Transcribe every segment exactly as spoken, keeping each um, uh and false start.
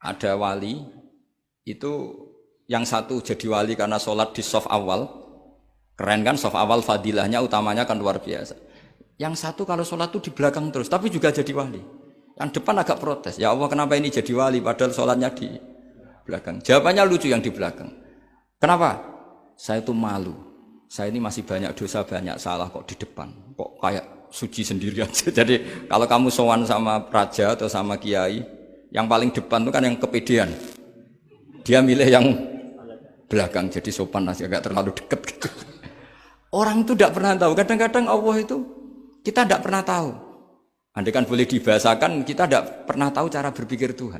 ada wali itu yang satu jadi wali karena sholat di saf awal, keren kan, saf awal fadilahnya utamanya kan luar biasa. Yang satu kalau sholat tuh di belakang terus, tapi juga jadi wali. Yang depan agak protes, ya Allah kenapa ini jadi wali padahal sholatnya di belakang. Jawabannya lucu yang di belakang. Kenapa? Saya itu malu. Saya ini masih banyak dosa, banyak salah kok di depan. Kok kayak suci sendirian. Jadi kalau kamu sowan sama raja atau sama kiai, yang paling depan itu kan yang kepedean. Dia milih yang belakang, jadi sopan masih agak terlalu dekat gitu. Orang itu tidak pernah tahu. Kadang-kadang Allah itu kita tidak pernah tahu. Andai kan boleh dibahasakan, kita tidak pernah tahu cara berpikir Tuhan.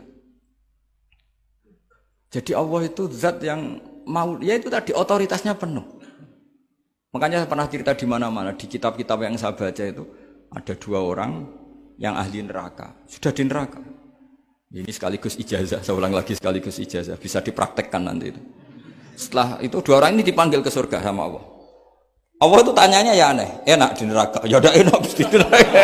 Jadi Allah itu zat yang mau, ya itu tadi otoritasnya penuh. Makanya saya pernah cerita di mana-mana, di kitab-kitab yang saya baca itu ada dua orang yang ahli neraka, sudah di neraka. Ini sekaligus ijazah, saya ulang lagi sekaligus ijazah, bisa dipraktekkan nanti itu. Setelah itu dua orang ini dipanggil ke surga sama Allah. Allah itu tanyanya ya aneh, enak di neraka, ya udah enak di neraka.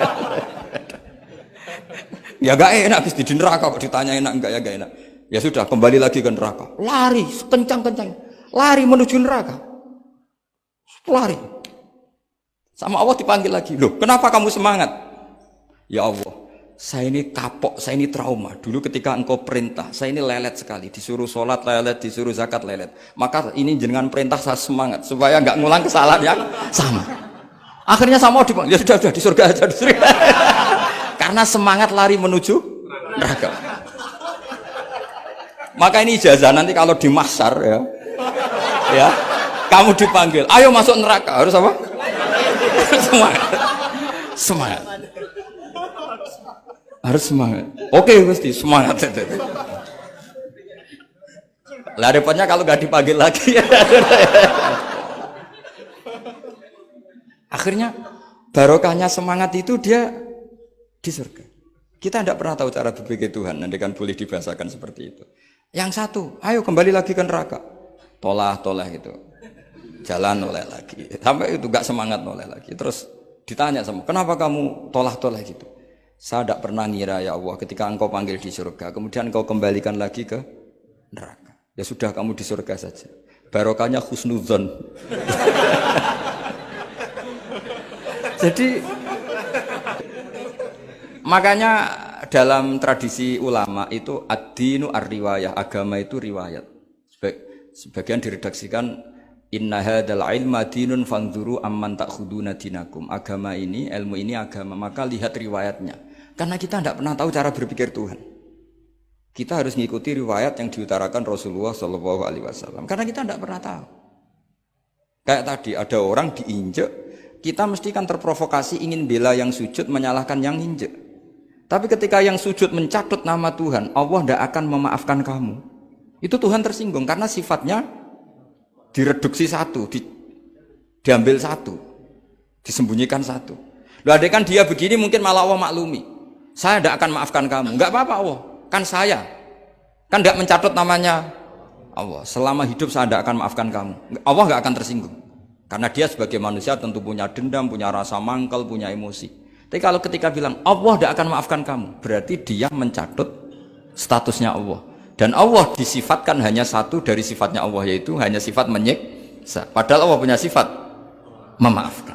Ya gak enak di neraka kok ditanya enak enggak ya gak enak. Ya sudah kembali lagi ke neraka, lari kencang-kencang, lari menuju neraka, lari. Sama Allah dipanggil lagi, loh kenapa kamu semangat? Ya Allah, saya ini kapok, saya ini trauma. Dulu ketika engkau perintah, saya ini lelet sekali. Disuruh sholat lelet, disuruh zakat lelet. Maka ini dengan perintah saya semangat supaya nggak ngulang kesalahan yang sama. Akhirnya sama dipanggil, ya sudah, sudah di surga aja, di surga. Karena semangat lari menuju neraka. Maka ini ijazah nanti kalau di mahsyar ya, ya, kamu dipanggil, ayo masuk neraka, harus apa? Semangat, semangat. Harus semangat. Oke, mesti semangat. Lah repotnya kalau nggak dipanggil lagi. Akhirnya barokahnya semangat itu dia di surga. Kita tidak pernah tahu cara berpikir Tuhan. Nanti kan boleh dibahasakan seperti itu. Yang satu, ayo kembali lagi ke neraka. Tolah, tolah itu. Jalan noleh lagi. Sampai itu nggak semangat noleh lagi. Terus ditanya sama, kenapa kamu tolah, tolah gitu? Saya tidak pernah ngira ya Allah ketika engkau panggil di surga, kemudian engkau kembalikan lagi ke neraka. Ya sudah kamu di surga saja. Barokahnya husnudzon. Jadi makanya dalam tradisi ulama itu ad-dinu ar-riwayah, agama itu riwayat. Sebagian diredaksikan inna hadzal ilma dinun fanzuru amman ta'khuduna dinakum. Agama ini, ilmu ini agama, maka lihat riwayatnya. Karena kita tidak pernah tahu cara berpikir Tuhan. Kita harus mengikuti riwayat yang diutarakan Rasulullah shallallahu alaihi wasallam. Karena kita tidak pernah tahu. Kayak tadi ada orang diinjek, kita mesti kan terprovokasi ingin bela yang sujud menyalahkan yang injek. Tapi ketika yang sujud mencatut nama Tuhan, Allah tidak akan memaafkan kamu. Itu Tuhan tersinggung karena sifatnya direduksi satu, di, diambil satu, disembunyikan satu. Loh ada kan dia begini mungkin malah Allah maklumi. Saya tidak akan maafkan kamu. Enggak apa-apa Allah, kan saya. Kan tidak mencatut namanya Allah. Selama hidup saya tidak akan maafkan kamu. Allah enggak akan tersinggung. Karena dia sebagai manusia tentu punya dendam, punya rasa mangkal, punya emosi. Tapi kalau ketika bilang Allah tidak akan maafkan kamu, berarti dia mencatut statusnya Allah. Dan Allah disifatkan hanya satu dari sifatnya Allah, yaitu hanya sifat menyiksa. Padahal Allah punya sifat memaafkan.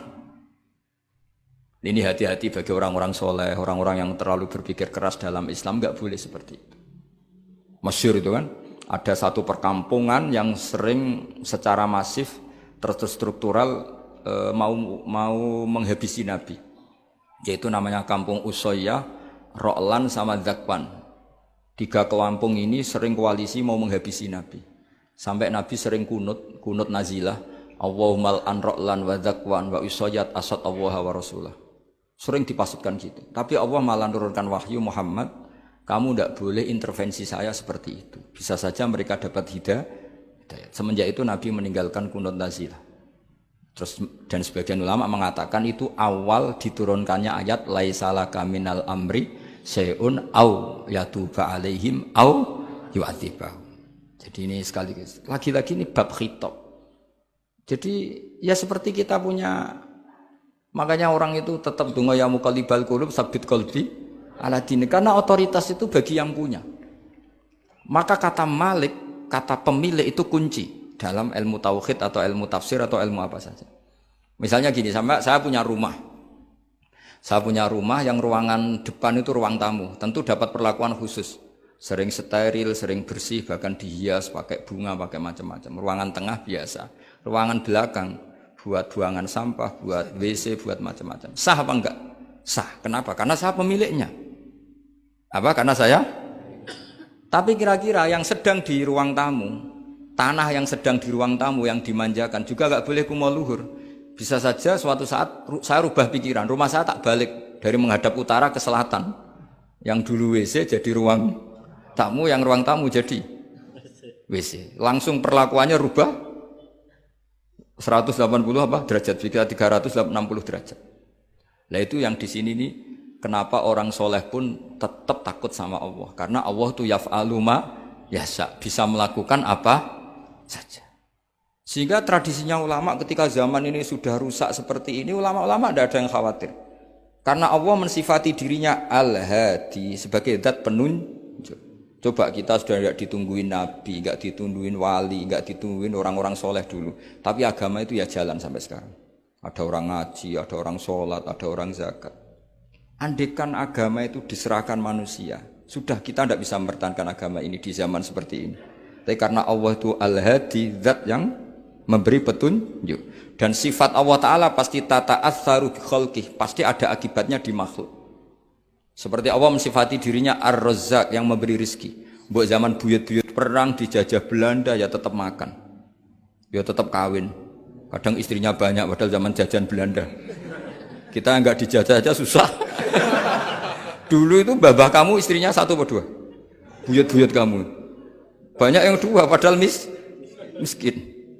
Ini hati-hati bagi orang-orang soleh, orang-orang yang terlalu berpikir keras dalam Islam, nggak boleh seperti itu. Masyhur itu kan, ada satu perkampungan yang sering secara masif terstruktural e, mau mau menghabisi Nabi. Yaitu namanya kampung Usoyyah, Ro'lan sama Zakwan. Tiga kampung ini sering koalisi mau menghabisi Nabi. Sampai Nabi sering kunut, kunut nazilah, Allahumma an Ro'lan wa Zakwan wa Usoyyat asad Allah wa Rasulah. Sering dipasutkan gitu. Tapi Allah malah menurunkan wahyu, Muhammad, kamu tidak boleh intervensi saya seperti itu. Bisa saja mereka dapat hidayah. Semenjak itu Nabi meninggalkan kunut nazilah. Terus dan sebagian ulama mengatakan itu awal diturunkannya ayat laisalaka minal amri syai'un au yatuba alaihim au yu'adzibahum. Jadi ini sekali lagi-lagi ini bab khitab. Jadi ya seperti kita punya, makanya orang itu tetap donga ya muqallibal qulub tsabbit qalbi ala dini, karena otoritas itu bagi yang punya. Maka kata malik, kata pemilik itu kunci dalam ilmu tauhid atau ilmu tafsir atau ilmu apa saja. Misalnya gini, sama saya punya rumah. Saya punya rumah yang ruangan depan itu ruang tamu, tentu dapat perlakuan khusus. Sering steril, sering bersih, bahkan dihias pakai bunga, pakai macam-macam. Ruangan tengah biasa. Ruangan belakang buat buangan sampah, buat W C, buat macam-macam. Sah apa enggak? Sah. Kenapa? Karena saya pemiliknya. Apa? Karena saya? Tapi kira-kira yang sedang di ruang tamu, tanah yang sedang di ruang tamu yang dimanjakan juga enggak boleh kumo luhur. Bisa saja suatu saat saya rubah pikiran, rumah saya tak balik dari menghadap utara ke selatan. Yang dulu W C jadi ruang tamu, yang ruang tamu jadi W C. Langsung perlakuannya rubah seratus delapan puluh apa derajat, tiga ratus enam puluh derajat. Nah itu yang di sini nih, kenapa orang soleh pun tetap takut sama Allah, karena Allah itu yaf'alu ma yasha, bisa melakukan apa saja. Sehingga tradisinya ulama ketika zaman ini sudah rusak seperti ini, ulama-ulama tidak ada yang khawatir, karena Allah mensifati dirinya Al-Hadi sebagai zat penunjuk. Coba kita sudah tidak ditungguin nabi, nggak ditungguin wali, nggak ditungguin orang-orang soleh dulu. Tapi agama itu ya jalan sampai sekarang. Ada orang ngaji, ada orang sholat, ada orang zakat. Andaikan agama itu diserahkan manusia, sudah kita tidak bisa mempertahankan agama ini di zaman seperti ini. Tapi karena Allah itu Al-Hadi, zat yang memberi petunjuk. Dan sifat Allah Ta'ala pasti tata'atsaru bi khalqih, pasti ada akibatnya di makhluk. Seperti Allah mensifati dirinya Ar-Razzaq yang memberi rizki. Buat zaman buyut-buyut perang dijajah Belanda ya tetap makan, ya tetap kawin. Kadang istrinya banyak padahal zaman jajan Belanda. Kita enggak dijajah aja susah. Dulu itu babah kamu istrinya satu atau dua? Buyut-buyut kamu banyak yang dua padahal mis miskin.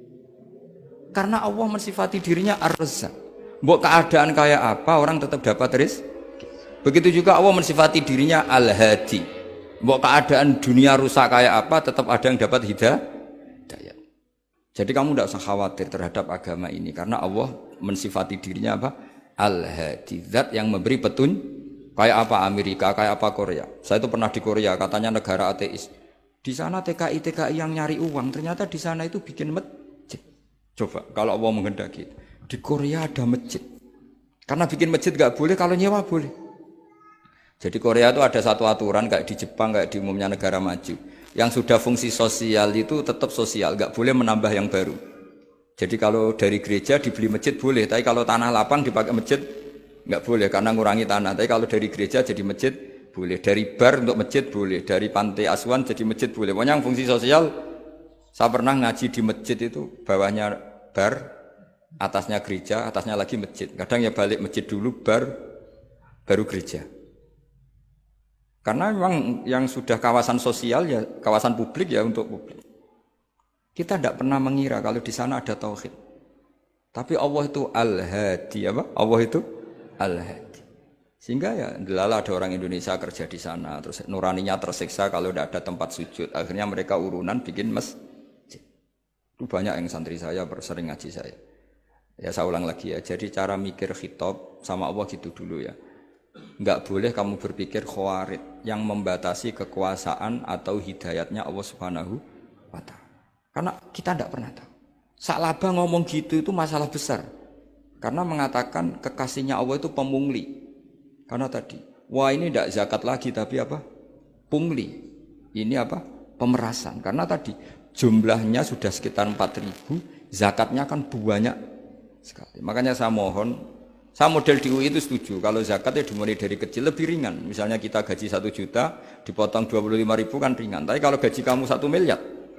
Karena Allah mensifati dirinya Ar-Razzaq. Mbok keadaan kayak apa orang tetap dapat rizki. Begitu juga Allah mensifati dirinya Al-Hadi. Mbok keadaan dunia rusak kayak apa, tetap ada yang dapat hidayah. Jadi kamu tidak usah khawatir terhadap agama ini, karena Allah mensifati dirinya apa? Al-Hadi, zat yang memberi petun. Kayak apa Amerika, kayak apa Korea. Saya itu pernah di Korea, katanya negara ateis. Di sana T K I T K I yang nyari uang, ternyata di sana itu bikin masjid. Coba kalau Allah menghendaki, di Korea ada masjid. Karena bikin masjid nggak boleh, kalau nyewa boleh. Jadi Korea itu ada satu aturan kayak di Jepang, kayak di umumnya negara maju. Yang sudah fungsi sosial itu tetap sosial, nggak boleh menambah yang baru. Jadi kalau dari gereja dibeli masjid boleh, tapi kalau tanah lapang dipakai masjid nggak boleh karena ngurangi tanah. Tapi kalau dari gereja jadi masjid boleh, dari bar untuk masjid boleh, dari pantai asuhan jadi masjid boleh. Pokoknya yang fungsi sosial. Saya pernah ngaji di masjid itu, bawahnya bar, atasnya gereja, atasnya lagi masjid. Kadang ya balik masjid dulu, bar, baru gereja. Karena memang yang sudah kawasan sosial ya kawasan publik ya untuk publik. Kita tidak pernah mengira kalau di sana ada tauhid. Tapi Allah itu Al-Hadi, apa? Allah itu Al-Hadi. Sehingga ya delala ada orang Indonesia kerja di sana, terus nuraninya tersiksa kalau tidak ada tempat sujud. Akhirnya mereka urunan bikin masjid. Itu banyak yang santri saya bersering ngaji saya. Ya saya ulang lagi ya. Jadi cara mikir khitab sama Allah gitu dulu ya. Enggak boleh kamu berpikir khawarid yang membatasi kekuasaan atau hidayatnya Allah Subhanahu wa ta'ala. Karena kita tidak pernah tahu. Sa'labah ngomong gitu itu masalah besar. Karena mengatakan kekasihnya Allah itu pemungli. Karena tadi, wah ini tidak zakat lagi tapi apa? Pungli. Ini apa? Pemerasan. Karena tadi jumlahnya sudah sekitar empat ribu, zakatnya kan banyak sekali. Makanya saya mohon, saya model di U I itu setuju, kalau zakatnya dimulai dari kecil lebih ringan. Misalnya kita gaji satu juta, dipotong dua puluh lima ribu kan ringan. Tapi kalau gaji kamu satu miliar,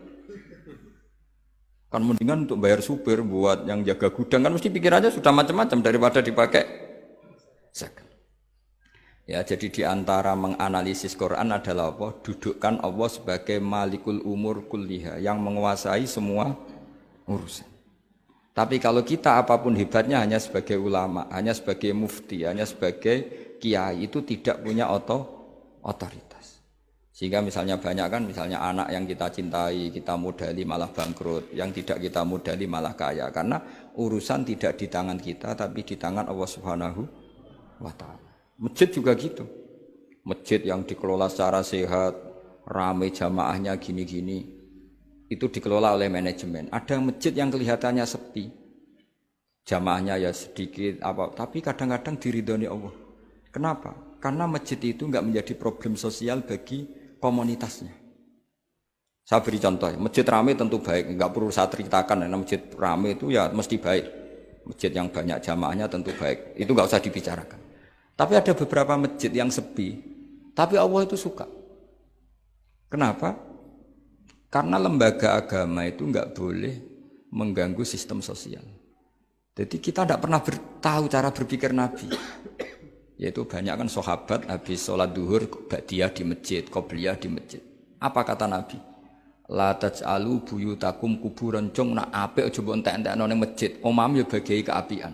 kan mendingan untuk bayar supir, buat yang jaga gudang, kan mesti pikir aja sudah macam-macam daripada dipakai zakat. Ya, jadi diantara menganalisis Quran adalah apa? Dudukkan Allah sebagai malikul umur kulliha, yang menguasai semua urusan. Tapi kalau kita apapun hebatnya hanya sebagai ulama, hanya sebagai mufti, hanya sebagai kiai, itu tidak punya oto, otoritas. Sehingga misalnya banyak kan, misalnya anak yang kita cintai, kita modali malah bangkrut, yang tidak kita modali malah kaya. Karena urusan tidak di tangan kita, tapi di tangan Allah Subhanahu wa ta'ala. Masjid juga gitu. Masjid yang dikelola secara sehat, rame jamaahnya gini-gini. Itu dikelola oleh manajemen. Ada masjid yang kelihatannya sepi. Jamaahnya ya sedikit apa, tapi kadang-kadang diridhoni Allah. Kenapa? Karena masjid itu enggak menjadi problem sosial bagi komunitasnya. Saya beri contoh, masjid rame tentu baik, enggak perlu saya ceritakan karena masjid rame itu ya mesti baik. Masjid yang banyak jamaahnya tentu baik, itu enggak usah dibicarakan. Tapi ada beberapa masjid yang sepi, tapi Allah itu suka. Kenapa? Karena lembaga agama itu enggak boleh mengganggu sistem sosial. Jadi kita tidak pernah tahu cara berpikir Nabi. Yaitu banyak kan sahabat habis sholat duhur ba'diyah di masjid, qobliyah di masjid. Apa kata Nabi? La taj'alu buyutakum kuburan, cung nak apik aja mbok entek-entekno ning masjid. Omam ya bagai keapian.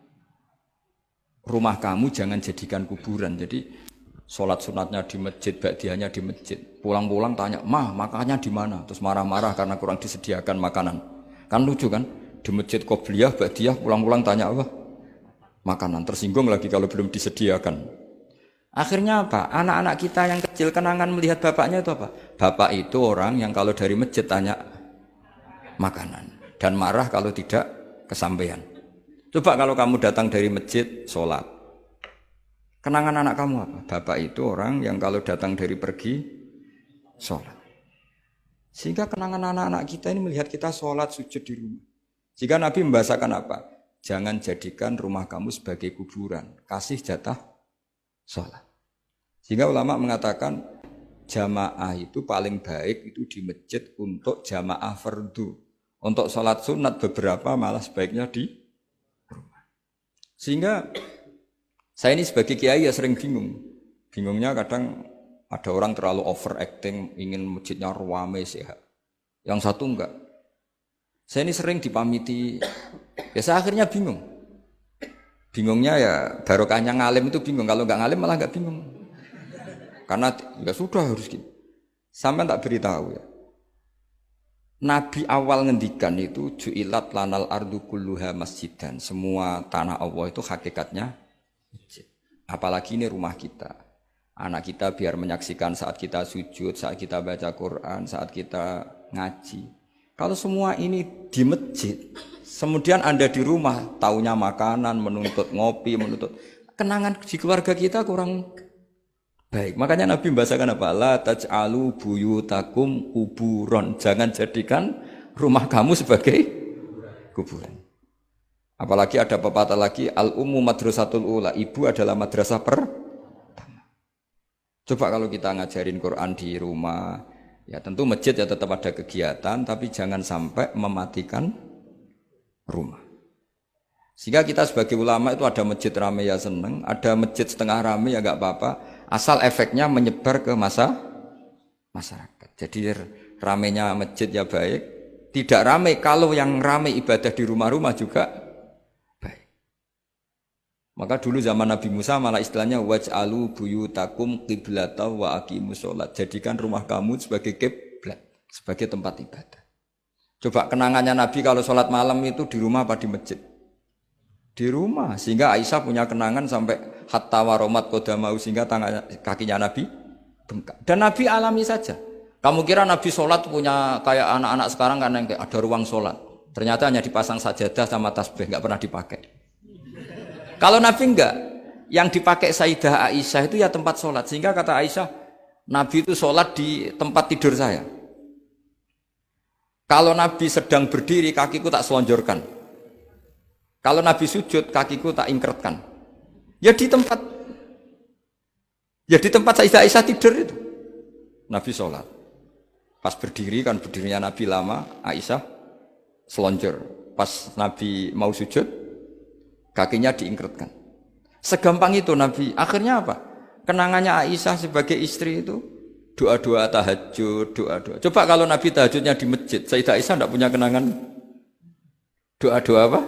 Rumah kamu jangan jadikan kuburan. Jadi sholat sunatnya di masjid, ba'diyahnya di masjid. Pulang-pulang tanya, "Mah, makannya di mana?" Terus marah-marah karena kurang disediakan makanan. Kan lucu kan? Di masjid qobliyah, ba'diyah pulang-pulang tanya apa? Makanan. Tersinggung lagi kalau belum disediakan. Akhirnya apa? Anak-anak kita yang kecil kenangan melihat bapaknya itu apa? Bapak itu orang yang kalau dari masjid tanya makanan dan marah kalau tidak kesampaian. Coba kalau kamu datang dari masjid sholat, kenangan anak kamu apa? Bapak itu orang yang kalau datang dari pergi sholat. Sehingga kenangan anak-anak kita ini melihat kita sholat sujud di rumah. Jika Nabi membahasakan apa? Jangan jadikan rumah kamu sebagai kuburan. Kasih jatah sholat. Sehingga ulama mengatakan jamaah itu paling baik itu di masjid untuk jamaah fardu. Untuk sholat sunat beberapa malah sebaiknya di rumah. Sehingga saya ini sebagai kiai ya sering bingung. Bingungnya kadang ada orang terlalu overacting, ingin masjidnya ruame sehat. Yang satu enggak. Saya ini sering dipamiti. Ya saya akhirnya bingung. Bingungnya ya barokahnya ngalim itu bingung. Kalau enggak ngalim malah enggak bingung. Karena ya sudah harus gitu. Sampai tak beritahu ya. Nabi awal ngendikan itu ju'ilat lanal ardu kulluha masjidan. Semua tanah Allah itu hakikatnya masjid. Apalagi ini rumah kita. Anak kita biar menyaksikan saat kita sujud, saat kita baca Quran, saat kita ngaji. Kalau semua ini di masjid, kemudian Anda di rumah taunya makanan, menuntut ngopi, menuntut kenangan di keluarga kita kurang baik. Makanya Nabi membahasakan apa? La taj'alu buyutakum kuburon. Jangan jadikan rumah kamu sebagai kuburan. Apalagi ada pepatah lagi, al-ummu madrasatul ula. Ibu adalah madrasah pertama. Coba kalau kita ngajarin Quran di rumah, ya tentu masjid ya tetap ada kegiatan, tapi jangan sampai mematikan rumah. Sehingga kita sebagai ulama itu ada masjid rame ya seneng, ada masjid setengah rame ya enggak apa-apa. Asal efeknya menyebar ke masa masyarakat. Jadi ramenya masjid ya baik, tidak rame kalau yang rame ibadah di rumah-rumah juga baik. Maka dulu zaman Nabi Musa malah istilahnya waj'alu buyutakum qiblata wa aqimus sholat. Jadikan rumah kamu sebagai kiblat, sebagai tempat ibadah. Coba kenangannya Nabi kalau sholat malam itu di rumah apa di masjid? Di rumah, sehingga Aisyah punya kenangan sampai hatta waromat qodamau, sehingga tangan kakinya Nabi bengkak. Dan Nabi alami saja. Kamu kira Nabi sholat punya kayak anak-anak sekarang kan yang ada ruang sholat. Ternyata hanya dipasang sajadah sama tasbih, nggak pernah dipakai. Kalau Nabi enggak, yang dipakai Sayyidah Aisyah itu ya tempat sholat. Sehingga kata Aisyah, Nabi itu sholat di tempat tidur saya. Kalau Nabi sedang berdiri, kakiku tak selonjorkan. Kalau Nabi sujud, kakiku tak ingkretkan. Ya di tempat, ya di tempat Sayyidah Aisyah tidur itu. Nabi sholat. Pas berdiri kan berdirinya Nabi lama, Aisyah selonjor. Pas Nabi mau sujud, kakinya diingkretkan. Segampang itu Nabi. Akhirnya apa? Kenangannya Aisyah sebagai istri itu doa-doa tahajud, doa-doa. Coba kalau Nabi tahajudnya di masjid, Sayyidah Aisyah tidak punya kenangan doa-doa apa?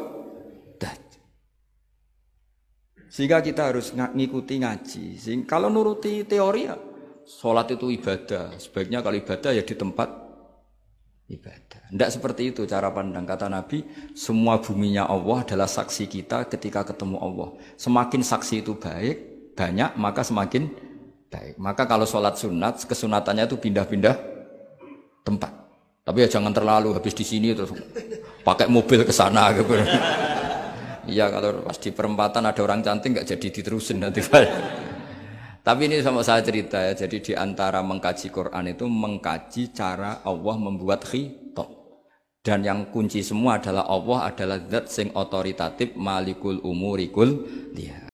Sehingga kita harus ngikuti ngaji. Sehingga kalau nuruti teori ya, sholat itu ibadah. Sebaiknya kalau ibadah ya di tempat ibadah. Tidak seperti itu cara pandang. Kata Nabi, semua buminya Allah adalah saksi kita ketika ketemu Allah. Semakin saksi itu baik, banyak, maka semakin baik. Maka kalau sholat sunat, kesunatannya itu pindah-pindah tempat. Tapi ya jangan terlalu habis di sini terus pakai mobil ke sana gitu. Iya kalau pas di perempatan ada orang cantik nggak jadi diterusin nanti. Tapi ini sama saya cerita ya. Jadi di antara mengkaji Quran itu mengkaji cara Allah membuat khitab. Dan yang kunci semua adalah Allah adalah zat sing otoritatif malikul umurikul dia.